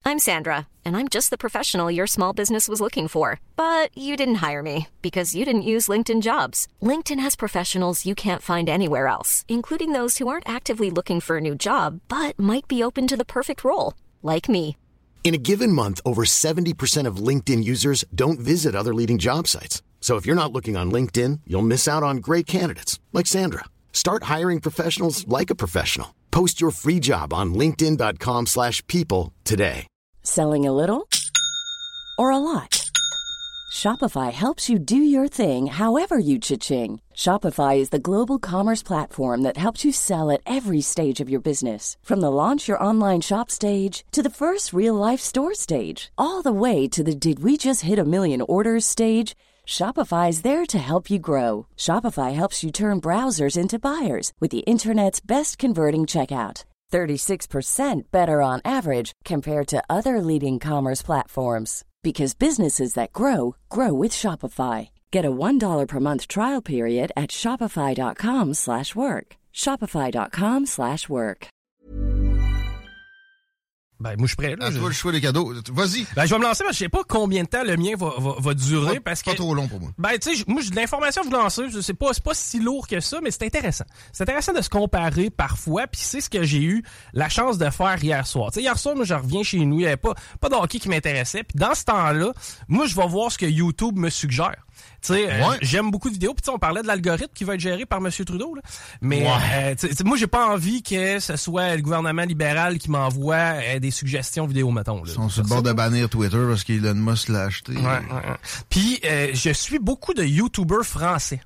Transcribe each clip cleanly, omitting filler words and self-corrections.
I'm Sandra, and I'm just the professional your small business was looking for. But you didn't hire me because you didn't use LinkedIn Jobs. LinkedIn has professionals you can't find anywhere else, including those who aren't actively looking for a new job, but might be open to the perfect role, like me. In a given month, over 70% of LinkedIn users don't visit other leading job sites. So if you're not looking on LinkedIn, you'll miss out on great candidates like Sandra. Start hiring professionals like a professional. Post your free job on linkedin.com/people today. Selling a little or a lot? Shopify helps you do your thing however you cha-ching. Shopify is the global commerce platform that helps you sell at every stage of your business. From the launch your online shop stage to the first real-life store stage, all the way to the did we just hit a million orders stage. Shopify is there to help you grow. Shopify helps you turn browsers into buyers with the internet's best converting checkout. 36% better on average compared to other leading commerce platforms. Because businesses that grow, grow with Shopify. Get a $1 per month trial period at shopify.com/work. Shopify.com/work. Ben, moi, je suis prêt, là. À toi le choix des cadeaux. Vas-y. Ben, je vais me lancer, mais je sais pas combien de temps le mien va durer, parce que... Pas trop long pour moi. Ben, tu sais, moi, j'ai de l'information à vous lancer. C'est pas si lourd que ça, mais c'est intéressant. C'est intéressant de se comparer parfois, puis c'est ce que j'ai eu la chance de faire hier soir. Tu sais, hier soir, moi, je reviens chez nous, il y avait pas de hockey qui m'intéressait, puis dans ce temps-là, moi, je vais voir ce que YouTube me suggère. Tu sais, j'aime beaucoup de vidéos. Puis on parlait de l'algorithme qui va être géré par M. Trudeau. Là. Mais moi, j'ai pas envie que ce soit le gouvernement libéral qui m'envoie des suggestions vidéo, mettons. Là. Ils sont sur le bord de bannir Twitter parce qu'Elon Musk l'a acheté. Puis je suis beaucoup de YouTubers français.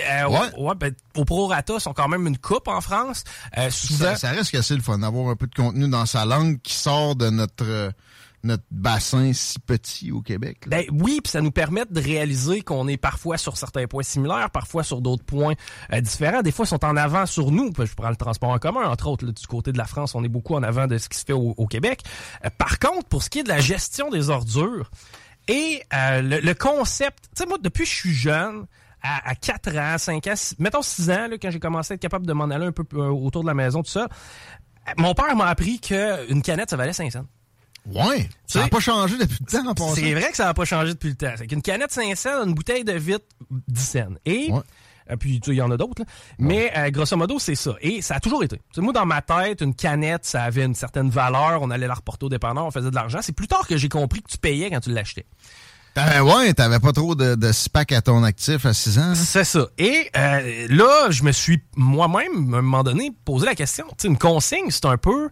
Au prorata, sont quand même une coupe en France. Souvent, ça reste assez le fun d'avoir un peu de contenu dans sa langue qui sort de notre bassin si petit au Québec. Là. Ben oui, puis ça nous permet de réaliser qu'on est parfois sur certains points similaires, parfois sur d'autres points différents. Des fois, ils sont en avant sur nous. Je prends le transport en commun, entre autres. Là, du côté de la France, on est beaucoup en avant de ce qui se fait au Québec. Par contre, pour ce qui est de la gestion des ordures et le concept... Tu sais, moi, depuis que je suis jeune... À 4 ans, 5 ans, mettons 6 ans, là, quand j'ai commencé à être capable de m'en aller un peu autour de la maison, tout ça, mon père m'a appris qu'une canette, ça valait 5 cents. Ouais, ça n'a pas changé depuis le temps en passant. C'est vrai que ça n'a pas changé depuis le temps. C'est qu'une canette 5 cents, une bouteille de vitre 10 cents. Et, puis tu sais, il y en a d'autres, là. Mais grosso modo, c'est ça. Et ça a toujours été. T'sais, moi, dans ma tête, une canette, ça avait une certaine valeur. On allait la reporter au dépanneur, on faisait de l'argent. C'est plus tard que j'ai compris que tu payais quand tu l'achetais. T'avais pas trop de SPAC à ton actif à 6 ans. Là. C'est ça. Et là, je me suis moi-même, à un moment donné, posé la question. Tu sais, une consigne, c'est un peu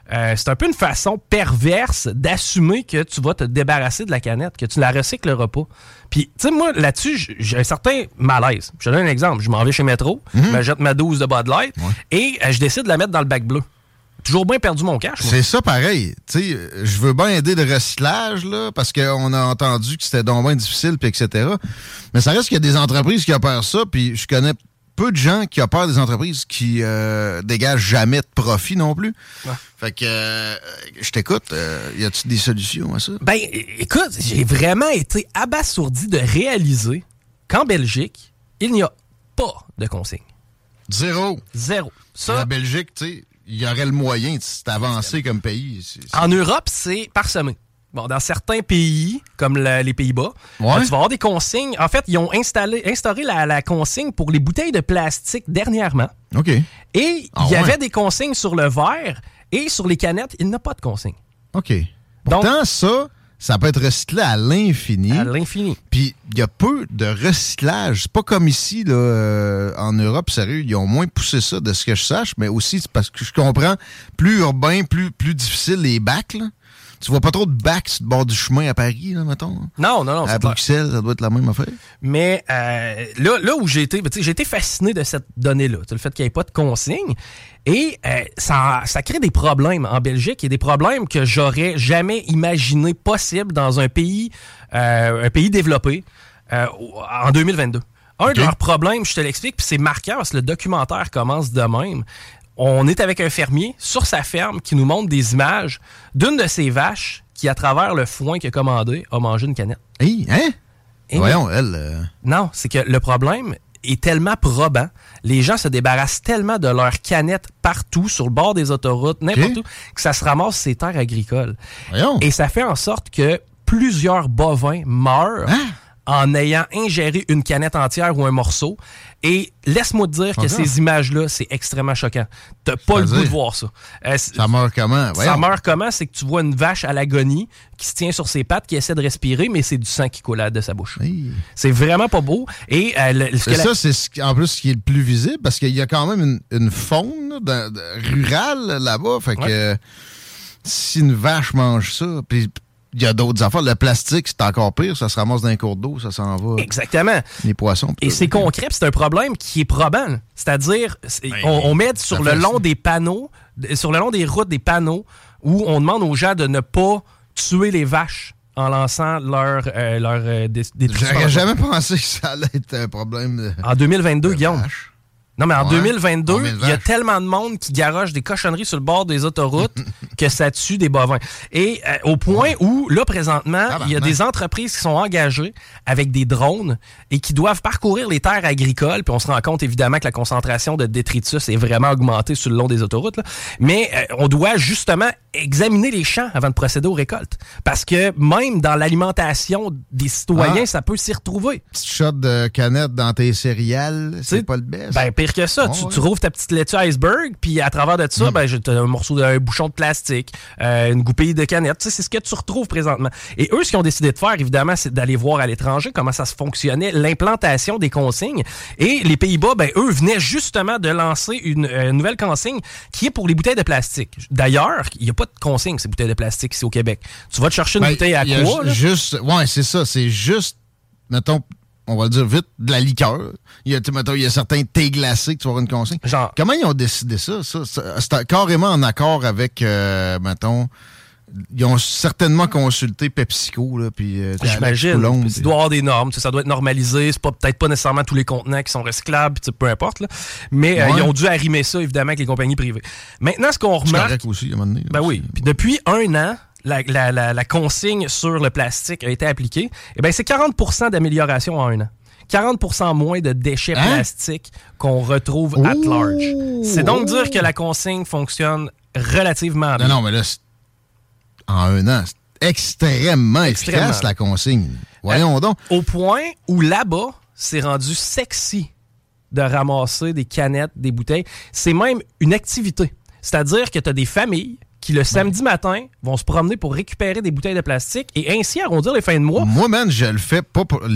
une façon perverse d'assumer que tu vas te débarrasser de la canette, que tu la recycleras pas. Puis, tu sais, moi, là-dessus, j'ai un certain malaise. Je te donne un exemple. Je m'en vais chez Métro, je me jette ma dose de Bud Light et je décide de la mettre dans le bac bleu. Toujours bien perdu mon cash. Moi. C'est ça pareil. Tu sais, je veux bien aider le recyclage, là, parce qu'on a entendu que c'était donc bien difficile, puis etc. Mais ça reste qu'il y a des entreprises qui opèrent ça, puis je connais peu de gens qui opèrent des entreprises qui dégagent jamais de profit non plus. Ouais. Fait que je t'écoute. Y a-tu des solutions à ça? Ben, écoute, j'ai vraiment été abasourdi de réaliser qu'en Belgique, il n'y a pas de consigne. Zéro. Ça, la Belgique, tu sais, il y aurait le moyen, c'est avancé comme pays. En Europe, c'est parsemé. Bon, dans certains pays, comme les Pays-Bas, tu vas avoir des consignes. En fait, ils ont instauré la consigne pour les bouteilles de plastique dernièrement. OK. Et il y avait des consignes sur le verre et sur les canettes, il n'y a pas de consigne. OK. Pourtant, donc, ça peut être recyclé à l'infini. À l'infini. Puis, il y a peu de recyclage. C'est pas comme ici, là, en Europe, sérieux. Ils ont moins poussé ça, de ce que je sache, mais aussi, c'est parce que je comprends, plus urbain, plus difficile les bacs, là. Tu vois pas trop de bacs sur le bord du chemin à Paris, là, mettons? Non. À Bruxelles, ça doit être la même affaire. Mais là où j'ai été fasciné de cette donnée-là, le fait qu'il n'y ait pas de consigne. Et ça crée des problèmes en Belgique et des problèmes que j'aurais jamais imaginé possible dans un pays développé en 2022. Un de leurs problèmes, je te l'explique, puis c'est marquant parce que le documentaire commence de même. On est avec un fermier sur sa ferme qui nous montre des images d'une de ses vaches qui, à travers le foin qu'il a commandé, a mangé une canette. Hey, hein? Et voyons, elle... Non, c'est que le problème est tellement probant. Les gens se débarrassent tellement de leurs canettes partout, sur le bord des autoroutes, n'importe où, que ça se ramasse ces terres agricoles. Voyons. Et ça fait en sorte que plusieurs bovins meurent en ayant ingéré une canette entière ou un morceau. Et laisse-moi te dire que ces images-là, c'est extrêmement choquant. T'as pas le goût de voir ça. Ça meurt comment? Voyons. Ça meurt comment? C'est que tu vois une vache à l'agonie qui se tient sur ses pattes, qui essaie de respirer, mais c'est du sang qui coule de sa bouche. Oui. C'est vraiment pas beau. Et c'est en plus ce qui est le plus visible, parce qu'il y a quand même une faune rurale là-bas. Fait que si une vache mange ça, puis il y a d'autres affaires. Le plastique, c'est encore pire. Ça se ramasse dans un cours d'eau, ça s'en va. Exactement. Les poissons. Et c'est concret, c'est un problème qui est probant. C'est-à-dire, on met sur le long des panneaux, sur le long des routes, des panneaux où on demande aux gens de ne pas tuer les vaches en lançant leur J'aurais jamais pensé que ça allait être un problème. En 2022, Guillaume. Vache. Non, mais en 2022, il y a tellement de monde qui garoche des cochonneries sur le bord des autoroutes que ça tue des bovins. Et au point où, là, présentement, il y a des entreprises qui sont engagées avec des drones et qui doivent parcourir les terres agricoles. Puis on se rend compte, évidemment, que la concentration de détritus est vraiment augmentée sur le long des autoroutes. Là. Mais on doit justement examiner les champs avant de procéder aux récoltes. Parce que même dans l'alimentation des citoyens, ça peut s'y retrouver. Petite shot de canette dans tes céréales, c'est pas le best. Ben, pire que ça. Tu rouvres ta petite laitue iceberg, puis à travers de ça, t'as un morceau d'un bouchon de plastique, une goupille de canette. C'est ce que tu retrouves présentement. Et eux, ce qu'ils ont décidé de faire, évidemment, c'est d'aller voir à l'étranger comment ça se fonctionnait, l'implantation des consignes. Et les Pays-Bas, eux, venaient justement de lancer une nouvelle consigne qui est pour les bouteilles de plastique. D'ailleurs, il n'y a pas de consigne, ces bouteilles de plastique ici au Québec. Tu vas te chercher une bouteille à quoi? Ouais, c'est ça. C'est juste, mettons, on va le dire vite, de la liqueur. Il y a certains thés glacés que tu vas avoir une consigne. Genre, comment ils ont décidé ça? C'est carrément en accord avec, mettons, ils ont certainement consulté PepsiCo, là, puis j'imagine. Il doit y avoir des normes. Ça doit être normalisé. C'est peut-être pas nécessairement tous les contenants qui sont recyclables, peu importe. Là. Mais ils ont dû arrimer ça, évidemment, avec les compagnies privées. Maintenant, ce qu'on remarque... C'est correct aussi, à un moment donné. Ben oui. Puis depuis 1 an, la consigne sur le plastique a été appliquée. Eh bien, c'est 40 % d'amélioration en 1 an. 40 % moins de déchets plastiques qu'on retrouve at large. C'est donc dire que la consigne fonctionne relativement bien. Non, mais là, en 1 an, c'est extrêmement efficace, la consigne. Voyons donc. Au point où là-bas, c'est rendu sexy de ramasser des canettes, des bouteilles. C'est même une activité. C'est-à-dire que tu as des familles qui, le samedi matin, vont se promener pour récupérer des bouteilles de plastique et ainsi arrondir les fins de mois. Moi, man, je le fais pas pour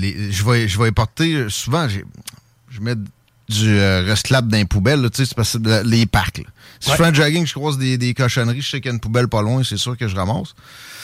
je vais y porter souvent. Je mets du recyclable dans les poubelles, c'est parce que les parcs. Là. Si je fais un jogging, je croise des cochonneries, je sais qu'il y a une poubelle pas loin, c'est sûr que je ramasse.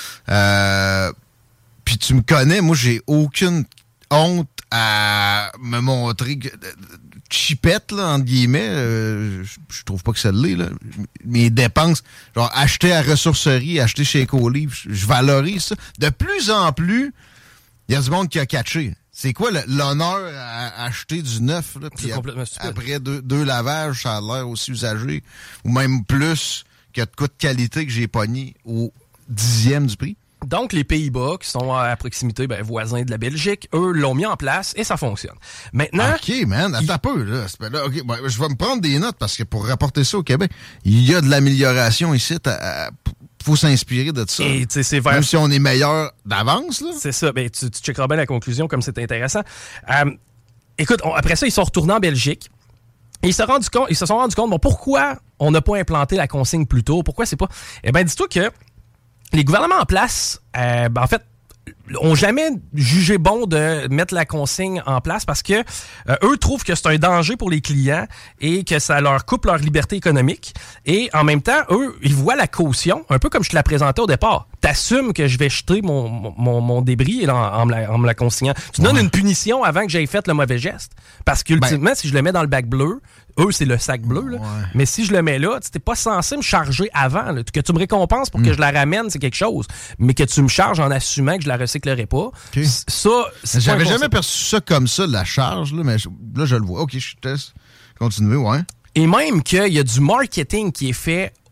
Puis tu me connais, moi, j'ai aucune honte à me montrer chipette, là, entre guillemets. Je trouve pas que ça l'est, là. Mes dépenses, genre acheter à ressourcerie, acheter chez Ecolivre, je valorise ça. De plus en plus, il y a du monde qui a catché. C'est quoi l'honneur à acheter du neuf, là, puis après deux lavages, ça a l'air aussi usagé, ou même plus que de quoi de qualité que j'ai pogné au 10e du prix? Donc, les Pays-Bas, qui sont à proximité, voisins de la Belgique, eux, l'ont mis en place et ça fonctionne. Maintenant... OK, man, attends un peu, là. Okay, je vais me prendre des notes parce que pour rapporter ça au Québec, il y a de l'amélioration ici. Faut s'inspirer de ça. Et, même si on est meilleur d'avance, là. C'est ça. Tu checkeras bien la conclusion comme c'est intéressant. Écoute, après ça, ils sont retournés en Belgique. Et ils se sont rendus compte, bon, pourquoi on n'a pas implanté la consigne plus tôt? Pourquoi c'est pas... Eh bien, dis-toi que les gouvernements en place, en fait, ont jamais jugé bon de mettre la consigne en place parce que eux trouvent que c'est un danger pour les clients et que ça leur coupe leur liberté économique. Et en même temps, eux, ils voient la caution, un peu comme je te la présentais au départ. T'assumes que je vais jeter mon débris en me la consignant. Tu donnes une punition avant que j'aie fait le mauvais geste. Parce qu'ultimement, si je le mets dans le bac bleu, eux, c'est le sac bleu. Là. Mais si je le mets là, tu n'es pas censé me charger avant. Là. Que tu me récompenses pour que je la ramène, c'est quelque chose. Mais que tu me charges en assumant que je la recyclerai pas, ça, c'est j'avais jamais perçu ça comme ça, la charge, là, mais là, je le vois. OK, je teste. Continuez, ouais. Et même qu'il y a du marketing qui est fait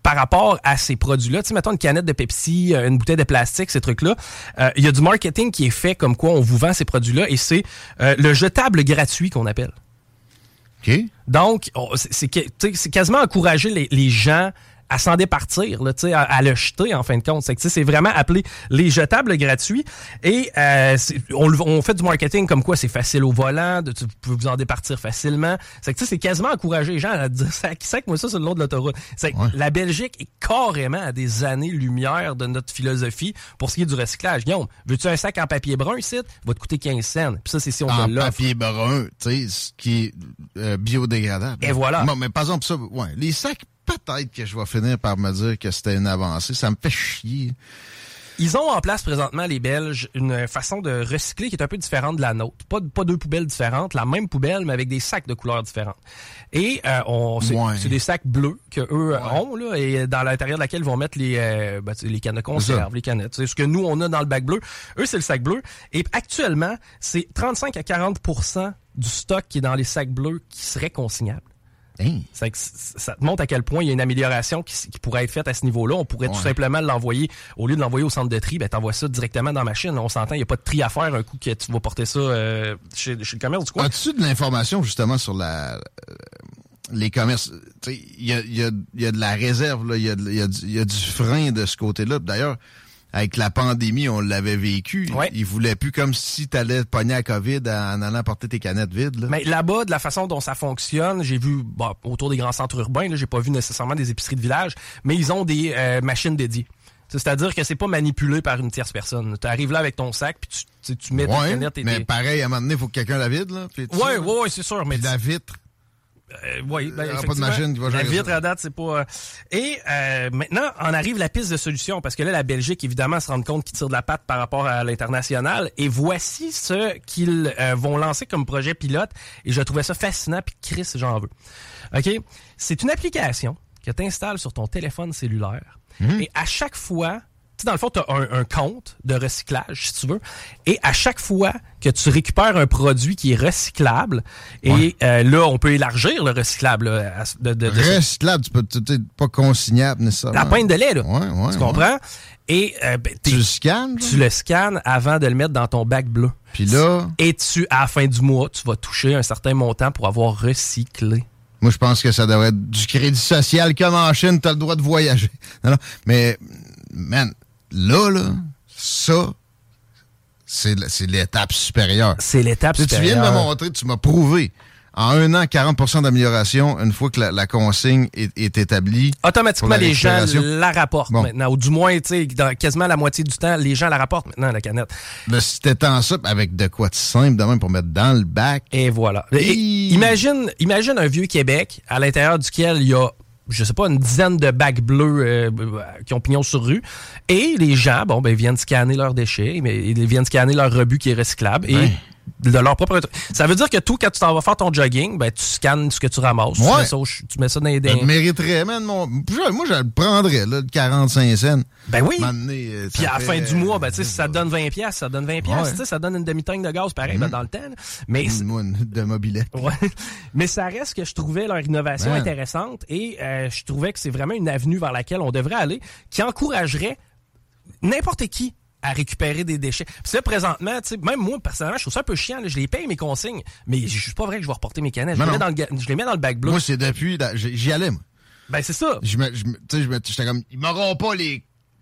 par rapport à ces produits-là. Tu sais, mettons une canette de Pepsi, une bouteille de plastique, ces trucs-là. Il y a du marketing qui est fait comme quoi on vous vend ces produits-là et c'est le jetable gratuit qu'on appelle. OK. Donc, c'est quasiment encourager les gens à s'en départir, là, à le jeter en fin de compte. C'est vraiment appelé les jetables gratuits. Et on fait du marketing comme quoi c'est facile au volant, vous pouvez vous en départir facilement. C'est quasiment encourager les gens à dire sac-moi ça sur le long de l'autoroute. La Belgique est carrément à des années-lumière de notre philosophie pour ce qui est du recyclage. Guillaume, veux-tu un sac en papier brun ici? Va te coûter 15 cents. Puis ça, c'est si on te l'offre. En papier brun, tu sais, ce qui est biodégradable. Et voilà. Bon, mais par exemple, ça, ouais, les sacs, peut-être que je vais finir par me dire que c'était une avancée. Ça me fait chier. Ils ont en place présentement, les Belges, une façon de recycler qui est un peu différente de la nôtre. Pas deux poubelles différentes, la même poubelle, mais avec des sacs de couleurs différentes. Et c'est des sacs bleus qu'eux ont, là, et dans l'intérieur de laquelle ils vont mettre les cannes de conserve, les canettes. C'est ce que nous, on a dans le bac bleu. Eux, c'est le sac bleu. Et actuellement, c'est 35 à 40% du stock qui est dans les sacs bleus qui serait consignable. Hey. Ça te montre à quel point il y a une amélioration qui pourrait être faite à ce niveau-là. On pourrait tout simplement l'envoyer, au lieu de l'envoyer au centre de tri, t'envoies ça directement dans la machine. On s'entend, il n'y a pas de tri à faire un coup que tu vas porter ça chez le commerce du coin. As-tu de l'information justement sur les commerces? Il y a de la réserve, il y a du frein de ce côté-là. D'ailleurs, avec la pandémie, on l'avait vécu. Ouais. Ils voulaient plus comme si tu allais pogner la COVID en allant porter tes canettes vides. Là. Mais là-bas, de la façon dont ça fonctionne, j'ai vu autour des grands centres urbains, là, j'ai pas vu nécessairement des épiceries de village, mais ils ont des machines dédiées. C'est-à-dire que c'est pas manipulé par une tierce personne. Tu arrives là avec ton sac, puis tu mets tes canettes. Mais pareil, à un moment donné, il faut que quelqu'un la vide. Là, oui, c'est sûr. Mais la vitre. Oui, il n'y aura pas de machine qui va gérer la vitre à date, c'est pas... Et maintenant, en arrive la piste de solution, parce que là, la Belgique, évidemment, se rend compte qu'ils tirent de la patte par rapport à l'international, et voici ce qu'ils vont lancer comme projet pilote, et je trouvais ça fascinant, puis Chris, j'en veux. OK? C'est une application que tu installes sur ton téléphone cellulaire, et à chaque fois... Tu sais, dans le fond, tu as un compte de recyclage, si tu veux. Et à chaque fois que tu récupères un produit qui est recyclable, et là, on peut élargir le recyclable. Recyclable, tu peux pas consignable nécessairement. La pinte de lait, là. Tu comprends? Et tu le scannes? Tu le scannes avant de le mettre dans ton bac bleu. Puis là... Et à la fin du mois, tu vas toucher un certain montant pour avoir recyclé. Moi, je pense que ça devrait être du crédit social comme en Chine, tu as le droit de voyager. Non, mais, man... Là, ça, c'est l'étape supérieure. C'est l'étape supérieure. Tu viens de me montrer, tu m'as prouvé. En 1 an, 40% d'amélioration, une fois que la consigne est établie. Automatiquement, les gens la rapportent maintenant. Ou du moins, tu sais, quasiment la moitié du temps, les gens la rapportent maintenant, la canette. Là, si t'étends ça avec de quoi de simple, de même pour mettre dans le bac. Et voilà. Imagine un vieux Québec à l'intérieur duquel il y a, je sais pas, une dizaine de bacs bleus qui ont pignon sur rue. Et les gens, viennent scanner leurs déchets, mais ils viennent scanner leur rebut qui est recyclable. Et de leur propre... Ça veut dire que tout, quand tu t'en vas faire ton jogging, tu scannes ce que tu ramasses. Tu mets ça dans les... Ça te mériterait, man. Moi, je le prendrais, là, de 45 cents. Ben oui. Puis à la fin du mois, si ça te donne 20$, ça donne 20$. Ça donne une demi-tank de gaz, pareil, dans le temps. Là. Mais de mobilette. Mais ça reste que je trouvais leur innovation intéressante et je trouvais que c'est vraiment une avenue vers laquelle on devrait aller qui encouragerait n'importe qui à récupérer des déchets. Puis ça, présentement, même moi, personnellement, je trouve ça un peu chiant. Là, je les paye, mes consignes, mais c'est pas vrai que je vais reporter mes canettes. Je les mets dans le bac bleu. Moi, c'est depuis... J'y allais, moi. Ben, c'est ça. J'étais comme... Ils m'auront pas les...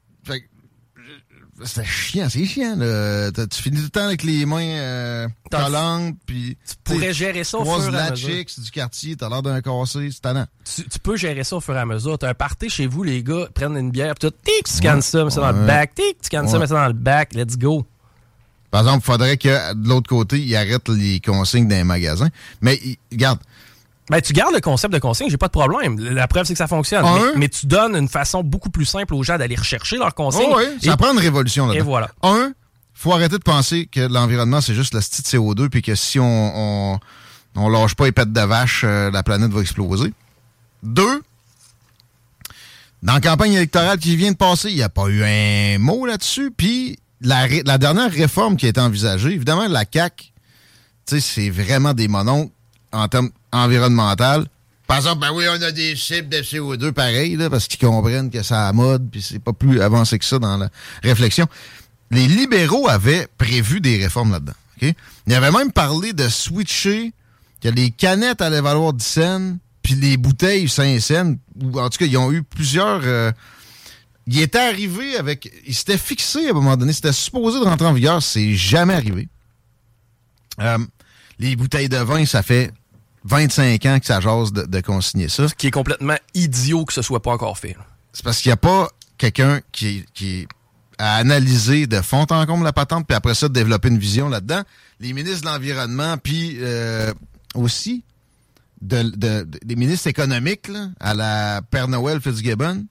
C'était chiant, c'est chiant. Là. Tu finis tout le temps avec les mains collantes, puis... Tu pourrais gérer ça au fur et à mesure. Chicks du quartier, t'as l'air d'un cassé, c'est tannant. Tu peux gérer ça au fur et à mesure. T'as un party chez vous, les gars, prennent une bière, puis tu scannes ça, mets ça dans le bac, tu scannes ça, mets ça dans le bac, let's go. Par exemple, il faudrait que, de l'autre côté, ils arrêtent les consignes dans les magasins. Mais, regarde... Ben, tu gardes le concept de consigne, j'ai pas de problème. La preuve, c'est que ça fonctionne. Mais tu donnes une façon beaucoup plus simple aux gens d'aller rechercher leurs consignes. Ça prend une révolution là-dedans. Et voilà. Faut arrêter de penser que l'environnement, c'est juste la petite CO2 puis que si on lâche pas les pètes de vache, la planète va exploser. 2, dans la campagne électorale qui vient de passer, il n'y a pas eu un mot là-dessus. Puis la dernière réforme qui a été envisagée, évidemment, la CAQ, c'est vraiment des mononcles en termes environnemental, Par exemple, ben oui, on a des cibles de CO2 pareil, là, parce qu'ils comprennent que c'est à la mode, puis c'est pas plus avancé que ça dans la réflexion. Les libéraux avaient prévu des réformes là-dedans. Okay? Ils avaient même parlé de switcher, que les canettes allaient valoir 10 cents, puis les bouteilles 5 cents. Ou en tout cas, ils ont eu plusieurs... ils étaient arrivés avec... Ils s'étaient fixés à un moment donné. C'était supposé de rentrer en vigueur. C'est jamais arrivé. Les bouteilles de vin, ça fait 25 ans que ça jase de consigner ça. Ce qui est complètement idiot que ce soit pas encore fait. C'est parce qu'il n'y a pas quelqu'un qui a analysé de fond en comble la patente, puis après ça, de développer une vision là-dedans. Les ministres de l'Environnement, puis aussi des ministres économiques, là, à la Père Noël Fitzgibbon,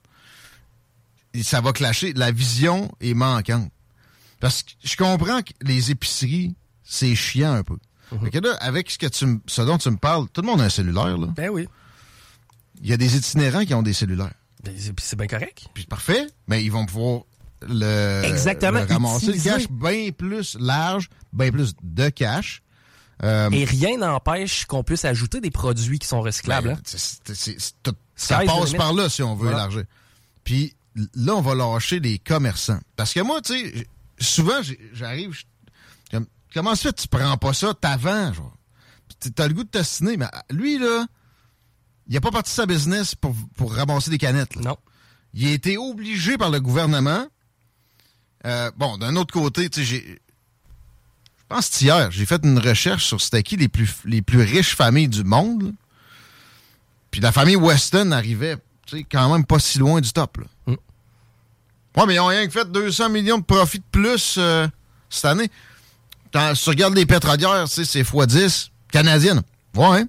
ça va clasher. La vision est manquante. Parce que je comprends que les épiceries, c'est chiant un peu. Fait que là, avec ce dont tu me parles, tout le monde a un cellulaire, là. Ben oui. Il y a des itinérants qui ont des cellulaires. Ben, c'est bien correct. Puis parfait, mais ils vont pouvoir Exactement, le ramasser utiliser. le cash bien plus large, bien plus de cash. Et rien n'empêche qu'on puisse ajouter des produits qui sont recyclables. Ben, ça Sky's the passe limit. par là si on veut élargir. Puis là, on va lâcher les commerçants. Parce que moi, tu sais, souvent, j'arrive... Comment ça fait que tu prends pas ça t'avant, genre? T'as le goût de t'ostiner, mais lui, là, il a pas parti de sa business pour ramasser des canettes. Là. Non. Il a été obligé par le gouvernement. Bon, d'un autre côté, tu sais, je pense que hier, j'ai fait une recherche sur c'était qui les plus riches familles du monde. Là. Puis la famille Weston arrivait, tu sais, quand même pas si loin du top. Là. Ouais, mais ils ont rien que fait 200 millions de profits de plus cette année. Quand tu regardes les pétrolières, c'est x10 canadiennes. Ouais.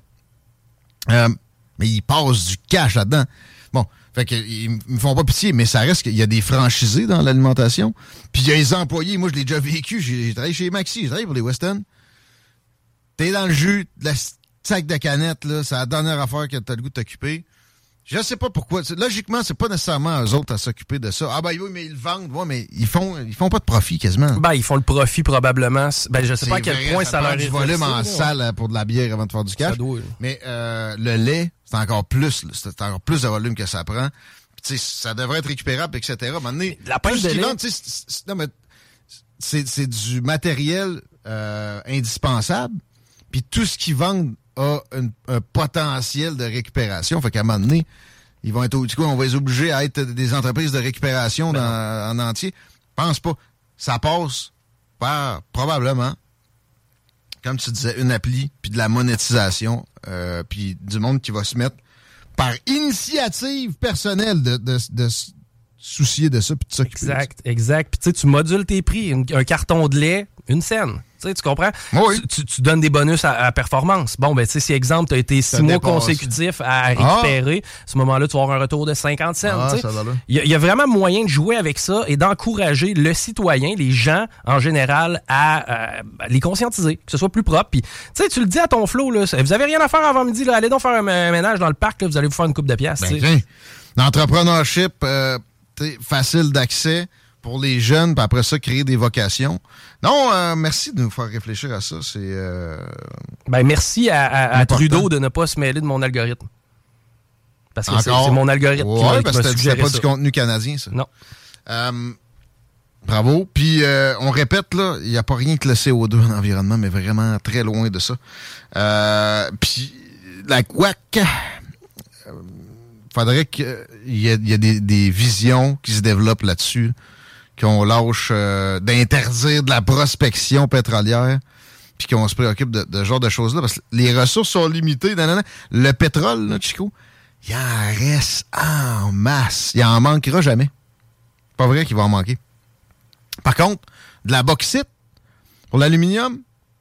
Mais ils passent du cash là-dedans. Bon, fait que ils me font pas pitié, mais ça reste qu'il y a des franchisés dans l'alimentation. Puis il y a les employés. Moi, je l'ai déjà vécu. J'ai travaillé chez Maxi, j'ai travaillé pour les Weston. T'es dans le jus de la sac de canettes, là. C'est la dernière affaire que t'as le goût de t'occuper. Je sais pas pourquoi. Logiquement, c'est pas nécessairement eux autres à s'occuper de ça. Ah ben oui, mais ils le vendent. Ouais, mais ils font pas de profit quasiment. Ben, ils font le profit probablement. Ben, je sais pas à quel vrai, point ça leur est du volume versé, en là. salle pour de la bière avant de faire du cash. Ça doit, mais le lait, c'est encore plus. Là. C'est encore plus de volume que ça prend. Puis, ça devrait être récupérable, etc. À un moment donné, la pêche de lait... vendent, non, mais c'est du matériel indispensable. Puis tout ce qu'ils vendent a un potentiel de récupération. Fait qu'à un moment donné, ils vont être du coup, on va les obliger à être des entreprises de récupération en entier. Pense pas. Ça passe par probablement, comme tu disais, une appli, puis de la monétisation, puis du monde qui va se mettre par initiative personnelle de se soucier de ça, puis de s'occuper. Exact. Puis tu sais, tu modules tes prix. Un carton de lait, 1 scène. Tu comprends? Oui. Tu donnes des bonus à performance. Bon, ben, tu sais, si, exemple, tu as été 6 mois consécutifs à récupérer, à ce moment-là, tu vas avoir un retour de 50 cents. Il y a vraiment moyen de jouer avec ça et d'encourager le citoyen, les gens, en général, à les conscientiser, que ce soit plus propre. Puis, tu sais, tu le dis à ton flow, là, vous avez rien à faire avant midi, là, allez donc faire un ménage dans le parc, là, vous allez vous faire une coupe de piastres. Ben, l'entrepreneurship, facile d'accès pour les jeunes, puis après ça, créer des vocations. Non, merci de nous faire réfléchir à ça. C'est ben, merci à Trudeau de ne pas se mêler de mon algorithme. Parce que c'est mon algorithme qui m'a suggéré ça. C'était pas du contenu canadien, ça. Non. Bravo. Puis, on répète, là, il n'y a pas rien que le CO2 en environnement, mais vraiment très loin de ça. Puis, la CUAC... faudrait qu'il y ait des visions qui se développent là-dessus, qu'on lâche d'interdire de la prospection pétrolière, puis qu'on se préoccupe de ce genre de choses-là, parce que les ressources sont limitées. Le pétrole, là, Chico, il en reste en masse. Il en manquera jamais. Pas vrai qu'il va en manquer. Par contre, de la bauxite, pour l'aluminium,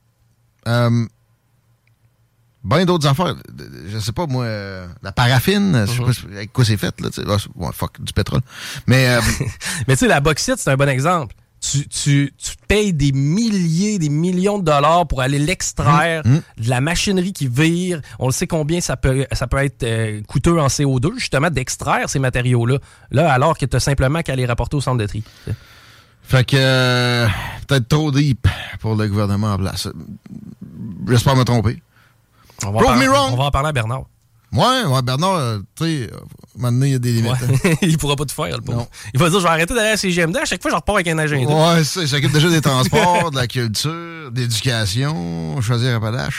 ben d'autres affaires. Je sais pas, moi, la paraffine, je sais pas avec quoi c'est fait, là. Fuck, du pétrole. Mais mais tu sais, la bauxite, c'est un bon exemple. Tu payes des milliers, des millions de dollars pour aller l'extraire, de la machinerie qui vire. On le sait combien ça peut être coûteux en CO2, justement, d'extraire ces matériaux-là. Là, alors que tu as simplement qu'à les rapporter au centre de tri. Fait que peut-être trop deep pour le gouvernement en place. J'espère me tromper. On va en parler à Bernard. Ouais, Bernard, tu sais, maintenant, il y a des limites. Ouais. Il pourra pas tout faire, le pauvre. Il va dire, je vais arrêter d'aller à CGMD. À chaque fois, je repars avec un agenda. Ouais, ça, il s'occupe déjà des transports, de la culture, de l'éducation, choisir Appalaches.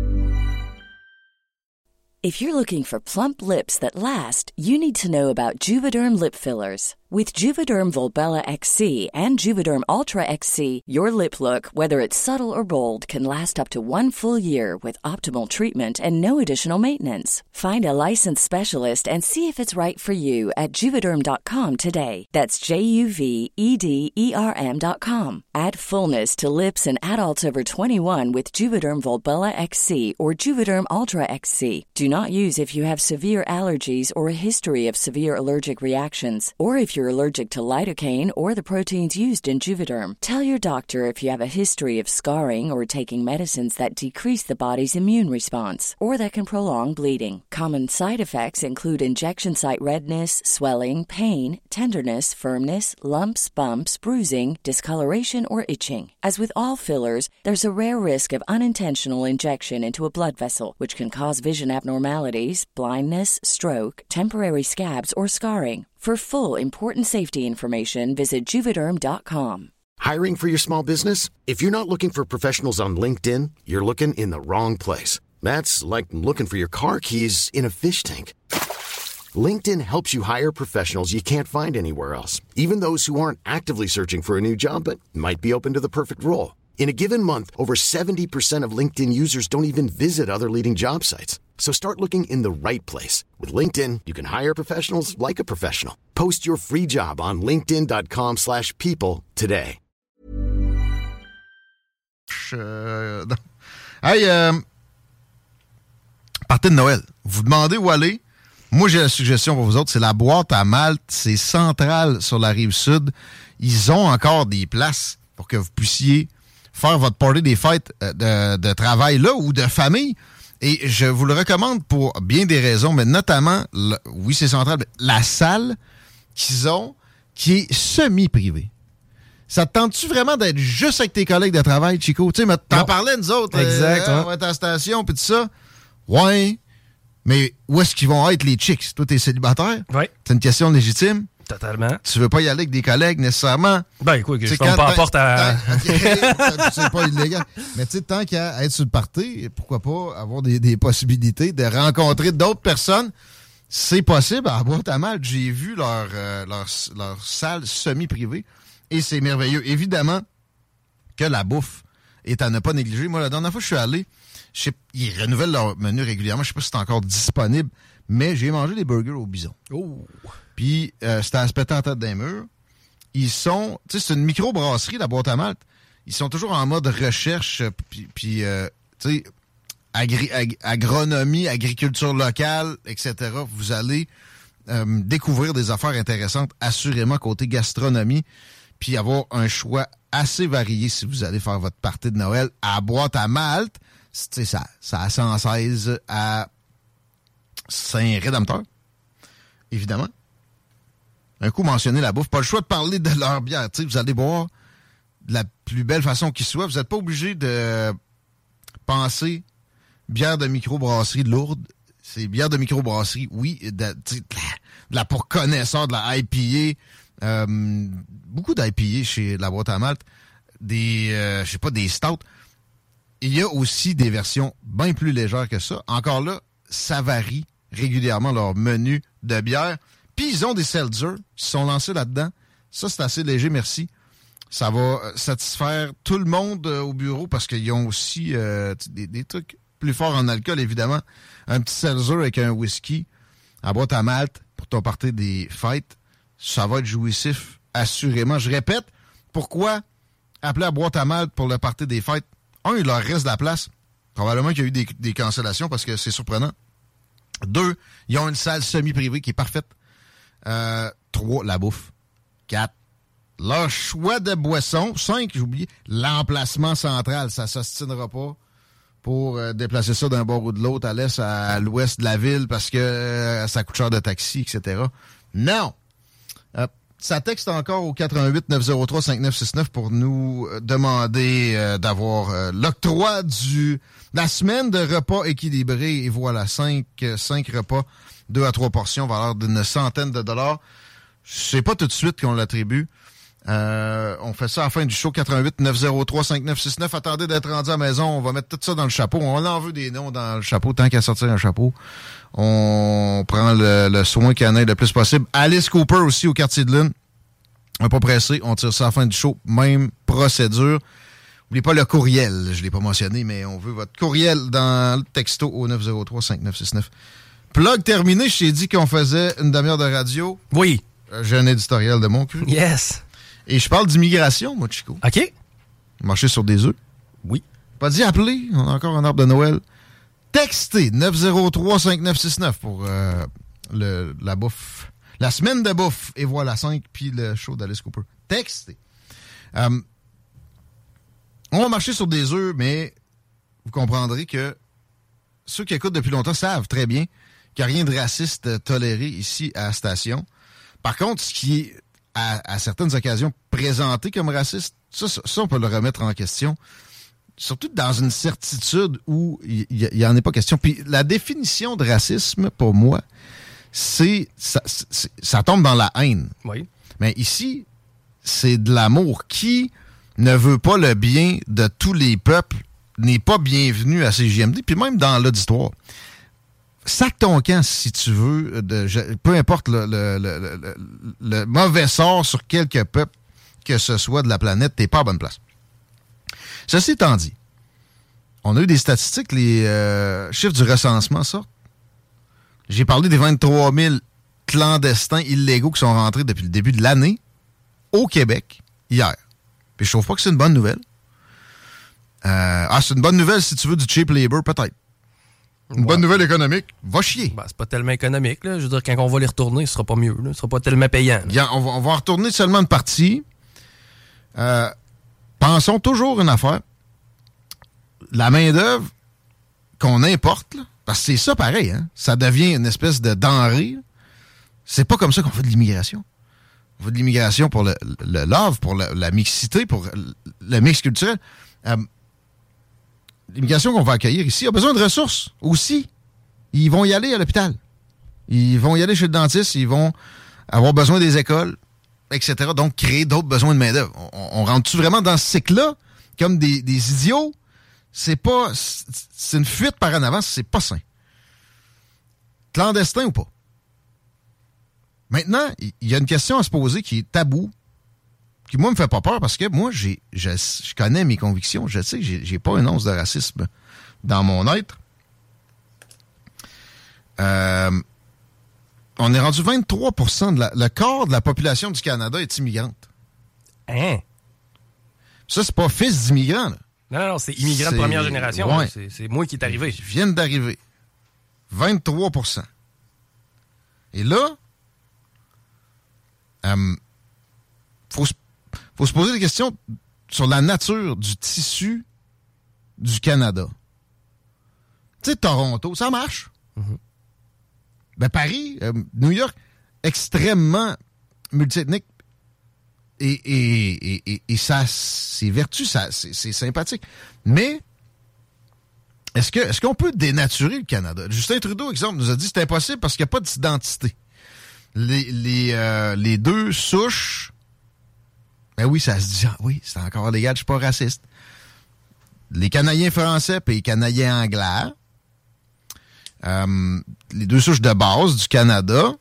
If you're looking for plump lips that last, you need to know about Juvederm lip fillers. With Juvederm Volbella XC and Juvederm Ultra XC, your lip look, whether it's subtle or bold, can last up to 1 full year with optimal treatment and no additional maintenance. Find a licensed specialist and see if it's right for you at Juvederm.com today. That's JUVEDERM.com. Add fullness to lips in adults over 21 with Juvederm Volbella XC or Juvederm Ultra XC. Do not use if you have severe allergies or a history of severe allergic reactions, or if you're allergic to lidocaine or the proteins used in Juvederm. Tell your doctor if you have a history of scarring or taking medicines that decrease the body's immune response or that can prolong bleeding. Common side effects include injection site redness, swelling, pain, tenderness, firmness, lumps, bumps, bruising, discoloration, or itching. As with all fillers, there's a rare risk of unintentional injection into a blood vessel, which can cause vision abnormalities, blindness, stroke, temporary scabs, or scarring. For full, important safety information, visit Juvederm.com. Hiring for your small business? If you're not looking for professionals on LinkedIn, you're looking in the wrong place. That's like looking for your car keys in a fish tank. LinkedIn helps you hire professionals you can't find anywhere else, even those who aren't actively searching for a new job but might be open to the perfect role. In a given month, over 70% of LinkedIn users don't even visit other leading job sites. So start looking in the right place. With LinkedIn, you can hire professionals like a professional. Post your free job on linkedin.com/people today. Hey, partez de Noël. Vous demandez où aller? Moi, j'ai la suggestion pour vous autres. C'est la boîte à Malte. C'est central sur la Rive-Sud. Ils ont encore des places pour que vous puissiez faire votre party des fêtes de travail là ou de famille. Et je vous le recommande pour bien des raisons, mais notamment, oui, c'est central, mais la salle qu'ils ont qui est semi-privée. Ça te tente-tu vraiment d'être juste avec tes collègues de travail, Chico? Tu sais, t'en parlais, nous autres. Exact. On va être à la station, puis tout ça. Ouais, mais où est-ce qu'ils vont être les chicks? Toi, t'es célibataire? Oui. C'est une question légitime. Totalement. Tu veux pas y aller avec des collègues nécessairement. Ben écoute, je ferme pas la porte à... C'est pas illégal. Mais tu sais, tant qu'à être sur le party, pourquoi pas avoir des possibilités de rencontrer d'autres personnes. C'est possible. À Boîte à Malte, j'ai vu leur salle semi-privée et c'est merveilleux. Évidemment que la bouffe est à ne pas négliger. Moi, la dernière fois que je suis allé, ils renouvellent leur menu régulièrement. Je sais pas si c'est encore disponible, mais j'ai mangé des burgers au bison. Oh! Puis, c'était à se péter en tête d'un mur. Ils sont... Tu sais, c'est une micro-brasserie, la Boîte à Malte. Ils sont toujours en mode recherche, puis tu sais, agronomie, agriculture locale, etc. Vous allez découvrir des affaires intéressantes, assurément, côté gastronomie, puis avoir un choix assez varié si vous allez faire votre party de Noël à Boîte à Malte. Tu sais, ça a 116 à Saint-Rédempteur, évidemment. Un coup mentionner la bouffe. Pas le choix de parler de leur bière. T'sais, vous allez boire de la plus belle façon qui soit. Vous n'êtes pas obligé de penser bière de microbrasserie lourde. C'est bière de microbrasserie, oui. De la pour connaisseurs, de la IPA. Beaucoup d'IPA chez la Boîte à Malte. Je sais pas, des stouts. Il y a aussi des versions bien plus légères que ça. Encore là, ça varie régulièrement leur menu de bière. Puis ils ont des seltzers qui sont lancés là-dedans. Ça, c'est assez léger, merci. Ça va satisfaire tout le monde au bureau parce qu'ils ont aussi des trucs plus forts en alcool, évidemment. Un petit seltzer avec un whisky à Boîte à Malte pour ton party des fêtes. Ça va être jouissif, assurément. Je répète, pourquoi appeler à Boîte à Malte pour le party des fêtes? Un, il leur reste de la place. Probablement qu'il y a eu des cancellations parce que c'est surprenant. 2, ils ont une salle semi-privée qui est parfaite. 3, la bouffe. 4, leur choix de boisson. 5, j'ai oublié, l'emplacement central. Ça ne s'ostinera pas pour déplacer ça d'un bord ou de l'autre, à l'est, à l'ouest de la ville, parce que ça coûte cher de taxi, etc. Non! Ça texte encore au 88-903-5969 pour nous demander d'avoir l'octroi de la semaine de repas équilibrés. Et voilà, 5 repas, 2 à 3 portions, valeur d'une centaine de dollars. C'est pas tout de suite qu'on l'attribue. On fait ça à la fin du show, 88-903-5969. Attendez d'être rendu à la maison, on va mettre tout ça dans le chapeau. On en veut des noms dans le chapeau, tant qu'à sortir un chapeau. On prend le soin qu'il y en ait le plus possible. Alice Cooper aussi au Quartier de Lune. On n'est pas pressé, on tire ça à la fin du show. Même procédure. N'oubliez pas le courriel, je ne l'ai pas mentionné, mais on veut votre courriel dans le texto au 903-5969. Plug terminé, je t'ai dit qu'on faisait une demi-heure de radio. Oui. J'ai un éditorial de mon cul. Yes. Et je parle d'immigration, moi, Chico. OK. Marcher sur des œufs. Oui. Pas dit appeler, on a encore un arbre de Noël. Textez 903-5969 pour la bouffe. La semaine de bouffe. Et voilà, 5 puis le show d'Alice Cooper. Textez. On va marcher sur des œufs, mais vous comprendrez que ceux qui écoutent depuis longtemps savent très bien qu'il n'y a rien de raciste toléré ici à la station. Par contre, ce qui est à certaines occasions présenté comme raciste, ça, on peut le remettre en question. Surtout dans une certitude où il n'y en est pas question. Puis la définition de racisme, pour moi, ça tombe dans la haine. Oui. Mais ici, c'est de l'amour. Qui ne veut pas le bien de tous les peuples n'est pas bienvenu à CJMD, puis même dans l'auditoire. Sac ton camp, si tu veux, peu importe le mauvais sort sur quelque peuple que ce soit de la planète, t'es pas à bonne place. Ceci étant dit, on a eu des statistiques, les chiffres du recensement sortent. J'ai parlé des 23 000 clandestins illégaux qui sont rentrés depuis le début de l'année au Québec hier. Puis je trouve pas que c'est une bonne nouvelle. C'est une bonne nouvelle si tu veux du cheap labor, peut-être. Une bonne nouvelle économique, va chier. Ben, c'est pas tellement économique, là. Je veux dire, quand on va les retourner, ce sera pas mieux, là. Ce sera pas tellement payant. On va en retourner seulement une partie. Pensons toujours une affaire. La main-d'œuvre qu'on importe, là, parce que c'est ça pareil, hein? Ça devient une espèce de denrée. C'est pas comme ça qu'on fait de l'immigration. On fait de l'immigration pour le love, pour la mixité, pour le mix culturel. L'immigration qu'on va accueillir ici a besoin de ressources aussi. Ils vont y aller à l'hôpital. Ils vont y aller chez le dentiste. Ils vont avoir besoin des écoles, etc. Donc, créer d'autres besoins de main-d'œuvre. On rentre-tu vraiment dans ce cycle-là comme des idiots? C'est une fuite par en avant. C'est pas sain. Clandestin ou pas? Maintenant, il y a une question à se poser qui est tabou, qui, moi, me fait pas peur parce que moi, je connais mes convictions. Je sais que j'ai pas une once de racisme dans mon être. On est rendu 23% le quart de la population du Canada est immigrante. Hein? Ça, c'est pas fils d'immigrants, là. Non, c'est immigrant de première génération. Ouais. C'est moi qui est arrivé. Ils viennent d'arriver. 23%. Et là, faut se poser des questions sur la nature du tissu du Canada. Tu sais, Toronto, ça marche. Mm-hmm. Ben Paris, New York, extrêmement multiethnique. Et ça, c'est vertu, c'est sympathique. Mais est-ce qu'on peut dénaturer le Canada? Justin Trudeau, exemple, nous a dit que c'est impossible parce qu'il n'y a pas d'identité. Les deux souches, ben oui, ça se dit, oui, c'est encore légal, je suis pas raciste. Les Canadiens français et les Canadiens anglais, les deux souches de base du Canada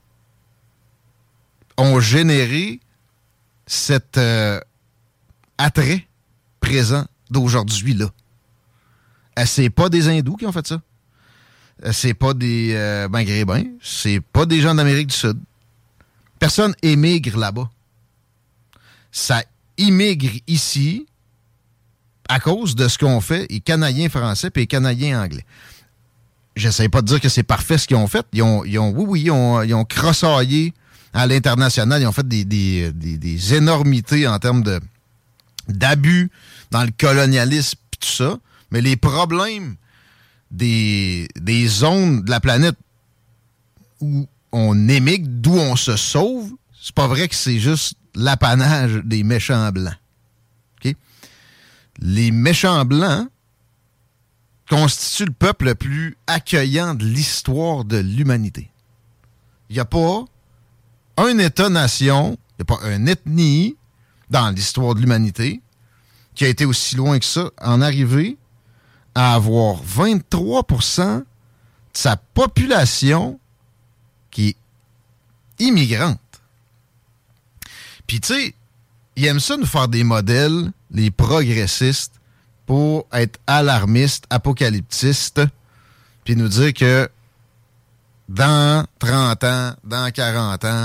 ont généré cet attrait présent d'aujourd'hui-là. C'est pas des hindous qui ont fait ça. C'est pas des maghrébins. C'est pas des gens d'Amérique du Sud. Personne émigre là-bas. Ça immigre ici à cause de ce qu'on fait, les Canadiens français et les Canadiens anglais. J'essaie pas de dire que c'est parfait ce qu'ils ont fait. Ils ont crossaillé à l'international. Ils ont fait des énormités en termes d'abus dans le colonialisme et tout ça. Mais les problèmes des zones de la planète où on émigre, d'où on se sauve, c'est pas vrai que c'est juste l'apanage des méchants blancs. OK? Les méchants blancs constituent le peuple le plus accueillant de l'histoire de l'humanité. Il n'y a pas un État-nation, il n'y a pas une ethnie dans l'histoire de l'humanité qui a été aussi loin que ça en arriver à avoir 23% de sa population qui est immigrante. Puis, tu sais, ils aiment ça nous faire des modèles, les progressistes, pour être alarmistes, apocalyptistes, puis nous dire que dans 30 ans, dans 40 ans,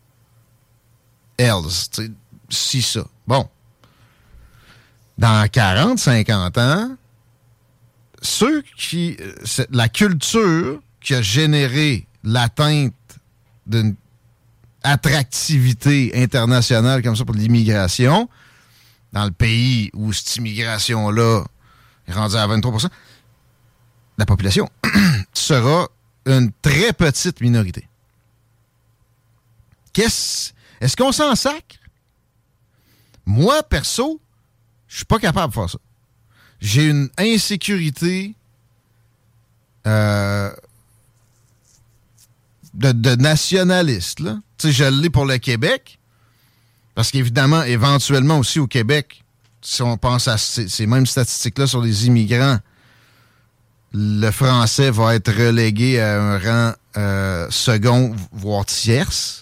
else, tu sais, si ça. Bon. Dans 40, 50 ans, la culture qui a généré l'atteinte d'une attractivité internationale comme ça pour l'immigration, dans le pays où cette immigration-là est rendue à 23%, la population sera une très petite minorité. Est-ce qu'on s'en sacre? Moi, perso, je suis pas capable de faire ça. J'ai une insécurité de nationaliste, là. Tu sais, je l'ai pour le Québec, parce qu'évidemment, éventuellement aussi au Québec, si on pense à ces mêmes statistiques-là sur les immigrants, le français va être relégué à un rang second, voire tierce.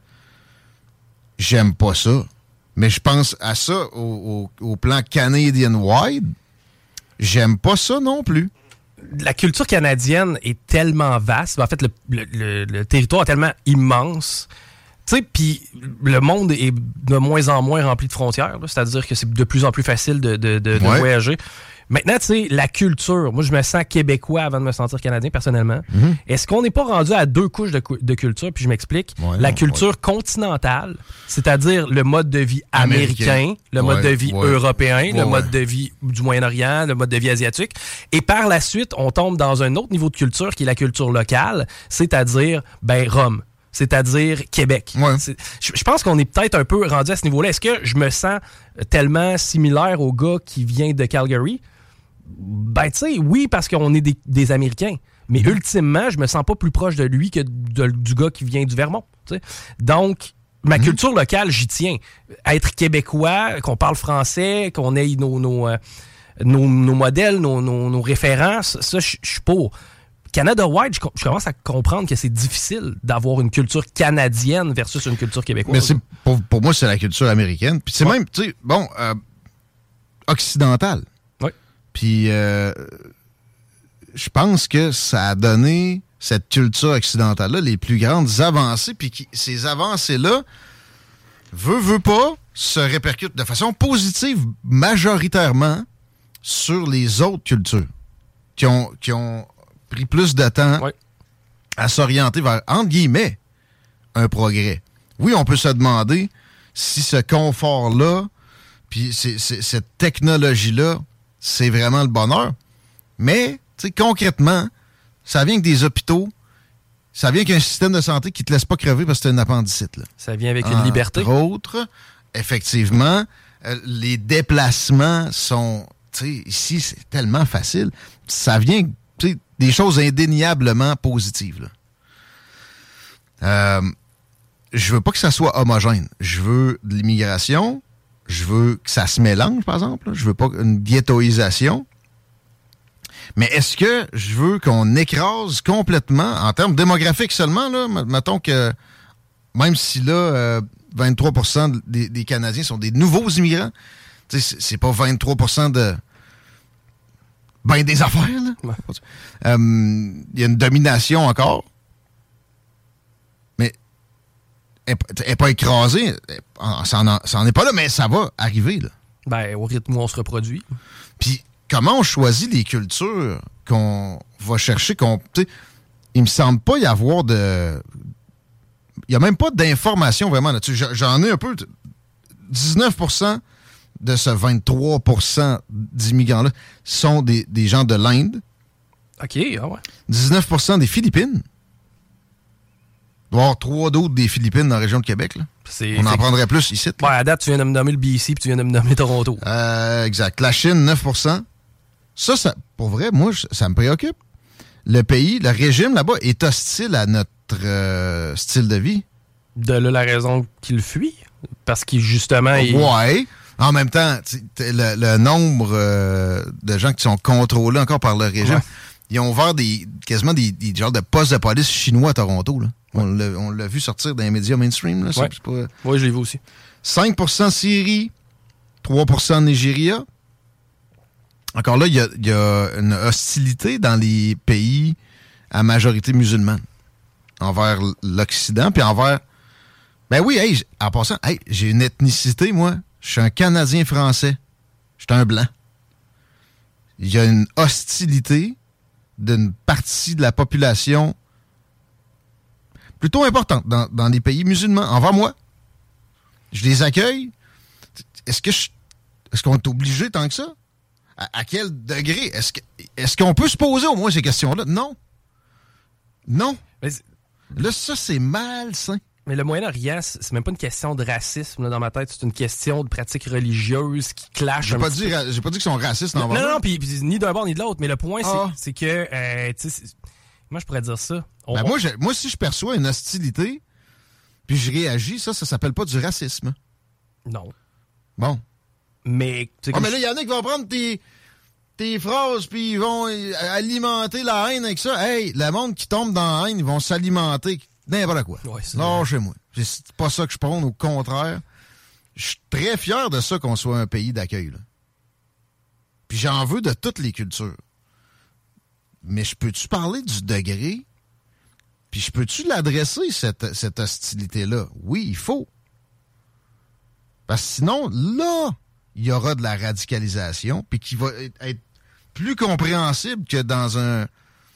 J'aime pas ça. Mais je pense à ça au plan Canadian-wide. J'aime pas ça non plus. La culture canadienne est tellement vaste. En fait, le territoire est tellement immense. Tu sais, puis le monde est de moins en moins rempli de frontières. Là. C'est-à-dire que c'est de plus en plus facile de voyager. Maintenant, tu sais, la culture. Moi, je me sens québécois avant de me sentir canadien, personnellement. Mm-hmm. Est-ce qu'on n'est pas rendu à 2 couches de culture? Puis je m'explique. La culture continentale, c'est-à-dire le mode de vie américain, le mode de vie européen, le mode de vie du Moyen-Orient, le mode de vie asiatique. Et par la suite, on tombe dans un autre niveau de culture qui est la culture locale, c'est-à-dire, Rome. C'est-à-dire Québec. Ouais. Je pense qu'on est peut-être un peu rendu à ce niveau-là. Est-ce que je me sens tellement similaire au gars qui vient de Calgary? Tu sais, oui, parce qu'on est des Américains. Mais ultimement, je me sens pas plus proche de lui que du gars qui vient du Vermont. T'sais. Donc, ma culture locale, j'y tiens. Être québécois, qu'on parle français, qu'on ait nos modèles, nos références, ça, je suis pour. Canada-wide, je commence à comprendre que c'est difficile d'avoir une culture canadienne versus une culture québécoise. Mais pour moi, c'est la culture américaine. Puis c'est même, tu sais, occidentale. Oui. Puis je pense que ça a donné cette culture occidentale-là les plus grandes avancées. Puis ces avancées-là, veut pas, se répercutent de façon positive majoritairement sur les autres cultures qui ont pris plus de temps à s'orienter vers, entre guillemets, un progrès. Oui, on peut se demander si ce confort-là, puis cette technologie-là, c'est vraiment le bonheur. Mais, tu sais, concrètement, ça vient avec des hôpitaux, ça vient avec un système de santé qui te laisse pas crever parce que t'as une appendicite. Là. Ça vient avec une liberté. Entre autres, effectivement, les déplacements sont, tu sais, ici, c'est tellement facile. Ça vient, tu sais, des choses indéniablement positives. Là. Je veux pas que ça soit homogène. Je veux de l'immigration. Je veux que ça se mélange, par exemple. Là. Je veux pas une ghettoisation. Mais est-ce que je veux qu'on écrase complètement, en termes démographiques seulement, là, mettons que, même si là, 23% des Canadiens sont des nouveaux immigrants, c'est pas 23% de... des affaires, là. Y a une domination encore. Mais elle n'est pas écrasée. Ça n'en est pas là, mais ça va arriver, là. Au rythme où on se reproduit. Puis, comment on choisit les cultures qu'on va chercher? Il me semble pas y avoir de... Il n'y a même pas d'information vraiment là-dessus. J'en ai un peu... 19% de ce 23% d'immigrants-là sont des gens de l'Inde. OK, ah ouais. 19% des Philippines. doit y avoir 3 d'autres des Philippines dans la région de Québec. Là. On en prendrait plus ici. Ouais, à date, tu viens de me nommer le BC puis tu viens de me nommer Toronto. Exact. La Chine, 9%. Ça, pour vrai, moi, ça me préoccupe. Le pays, le régime là-bas est hostile à notre style de vie. De là la raison qu'il fuit. Parce qu'il, justement... Ouais. En même temps, le nombre de gens qui sont contrôlés encore par le régime, ils ont ouvert quasiment des genres de postes de police chinois à Toronto. Là. Ouais. On l'a vu sortir dans les médias mainstream. Là, Oui, je l'ai vu aussi. 5% Syrie, 3% Nigeria. Encore là, il y a une hostilité dans les pays à majorité musulmane envers l'Occident, puis envers... Ben oui, hey, en passant, hey, j'ai une ethnicité, moi. Je suis un Canadien français. Je suis un blanc. Il y a une hostilité d'une partie de la population plutôt importante dans les pays musulmans envers moi. Je les accueille. Est-ce qu'on est obligé tant que ça? À quel degré? Est-ce qu'on peut se poser au moins ces questions-là? Non. Non. Là, ça, c'est malsain. Mais le Moyen-Orient, c'est même pas une question de racisme là, dans ma tête. C'est une question de pratiques religieuses qui clashent. J'ai pas dit qu'ils sont racistes. Non, puis ni d'un bord ni de l'autre. Mais le point, c'est que... moi, je pourrais dire ça. Moi, si je perçois une hostilité, puis je réagis, ça s'appelle pas du racisme. Non. Bon. Mais... mais là, il y en a qui vont prendre tes phrases, puis ils vont alimenter la haine avec ça. Hey, le monde qui tombe dans la haine, ils vont s'alimenter... N'importe quoi. Ouais, non, chez moi. C'est pas ça que je prône, au contraire. Je suis très fier de ça qu'on soit un pays d'accueil. Là. Puis j'en veux de toutes les cultures. Mais je peux-tu parler du degré? Puis je peux-tu l'adresser, cette hostilité-là? Oui, il faut. Parce que sinon, là, il y aura de la radicalisation, puis qui va être plus compréhensible que dans un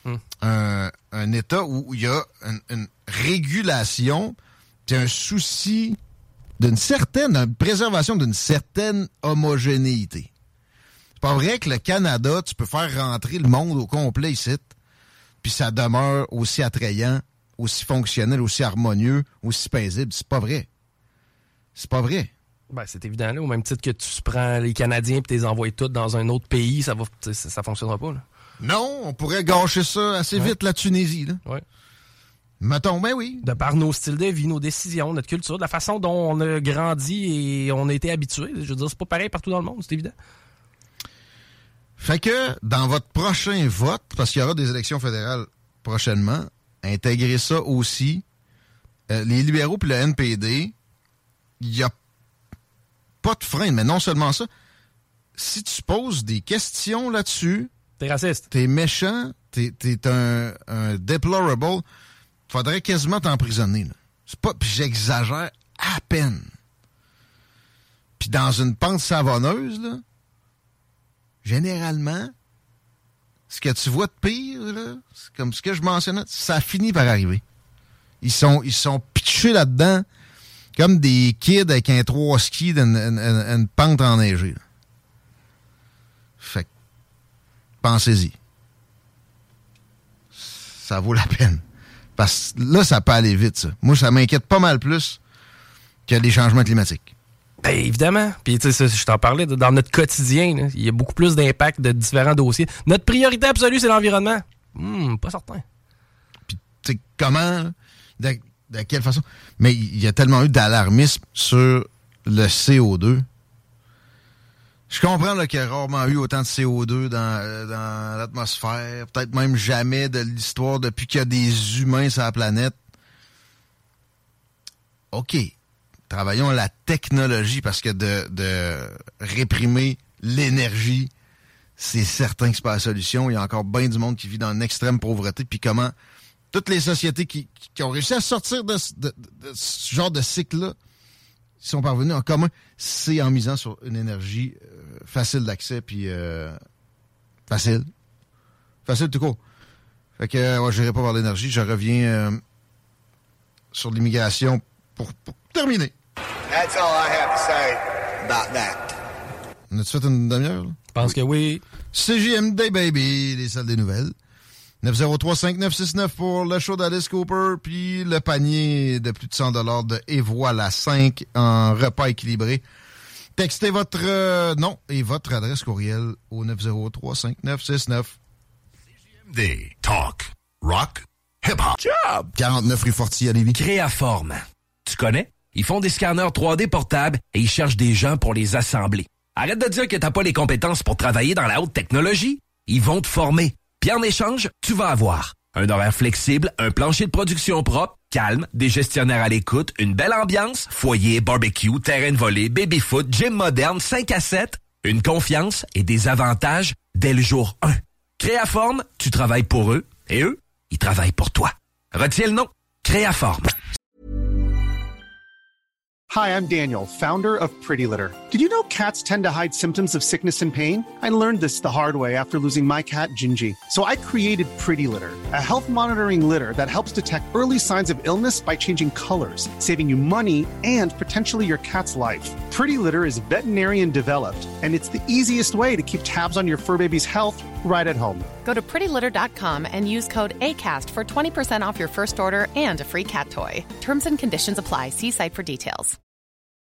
État où il y a une régulation, puis un souci d'une préservation d'une certaine homogénéité. C'est pas vrai que le Canada, tu peux faire rentrer le monde au complet ici, puis ça demeure aussi attrayant, aussi fonctionnel, aussi harmonieux, aussi paisible. C'est pas vrai. C'est pas vrai. Ben, c'est évident, là. Au même titre que tu prends les Canadiens et tu les envoies tous dans un autre pays, ça fonctionnera pas, là. Non, on pourrait gâcher ça assez vite, la Tunisie, là. Ouais. Mettons, ben oui. De par nos styles de vie, nos décisions, notre culture, de la façon dont on a grandi et on a été habitué. Je veux dire, c'est pas pareil partout dans le monde, c'est évident. Fait que, dans votre prochain vote, parce qu'il y aura des élections fédérales prochainement, intégrez ça aussi. Les libéraux puis le NPD, il n'y a pas de frein. Mais non seulement ça, si tu poses des questions là-dessus... T'es raciste. T'es méchant, t'es un deplorable. Faudrait quasiment t'emprisonner. Là. C'est pas, puis j'exagère à peine. Puis dans une pente savonneuse, là, généralement, ce que tu vois de pire, là, c'est comme ce que je mentionnais, ça finit par arriver. Ils sont pitchés là-dedans comme des kids avec un 3 skis d'une pente enneigée. Là. Fait que pensez-y. Ça vaut la peine. Parce que là, ça peut aller vite, ça. Moi, ça m'inquiète pas mal plus que les changements climatiques. Ben, évidemment. Puis, tu sais, je t'en parlais, dans notre quotidien, là, il y a beaucoup plus d'impact de différents dossiers. Notre priorité absolue, c'est l'environnement. Pas certain. Puis, tu sais, comment, de quelle façon? Mais il y a tellement eu d'alarmisme sur le CO2. Je comprends là, qu'il y a rarement eu autant de CO2 dans l'atmosphère, peut-être même jamais de l'histoire depuis qu'il y a des humains sur la planète. OK, travaillons la technologie parce que de réprimer l'énergie, c'est certain que c'est pas la solution. Il y a encore bien du monde qui vit dans une extrême pauvreté. Puis comment toutes les sociétés qui ont réussi à sortir de ce genre de cycle-là, sont parvenus en commun, c'est en misant sur une énergie facile d'accès, puis facile tout court. Fait que je n'irai pas voir l'énergie, je reviens sur l'immigration pour terminer. That's all I have to say about that. On a-tu fait une demi-heure? Là? Je pense que oui. CJMD, baby, les salles des nouvelles. 903-5969 pour le show d'Alice Cooper, puis le panier de plus de 100$ de Et voilà 5 en repas équilibré. Textez votre nom et votre adresse courriel au 903-5969. CJMD. Talk. Rock. Hip-hop. Job! 49 rue Fortier à Lévis. Créaforme. Tu connais? Ils font des scanners 3D portables et ils cherchent des gens pour les assembler. Arrête de dire que t'as pas les compétences pour travailler dans la haute technologie. Ils vont te former. Puis en échange, tu vas avoir un horaire flexible, un plancher de production propre, calme, des gestionnaires à l'écoute, une belle ambiance, foyer, barbecue, terrain de volley, baby-foot, gym moderne, 5 à 7, une confiance et des avantages dès le jour 1. Créaforme, tu travailles pour eux et eux, ils travaillent pour toi. Retiens le nom, Créaforme. Hi, I'm Daniel, founder of Pretty Litter. Did you know cats tend to hide symptoms of sickness and pain? I learned this the hard way after losing my cat, Gingy. So I created Pretty Litter, a health monitoring litter that helps detect early signs of illness by changing colors, saving you money and potentially your cat's life. Pretty Litter is veterinarian developed, and it's the easiest way to keep tabs on your fur baby's health right at home. Go to prettylitter.com and use code ACAST for 20% off your first order and a free cat toy. Terms and conditions apply. See site for details.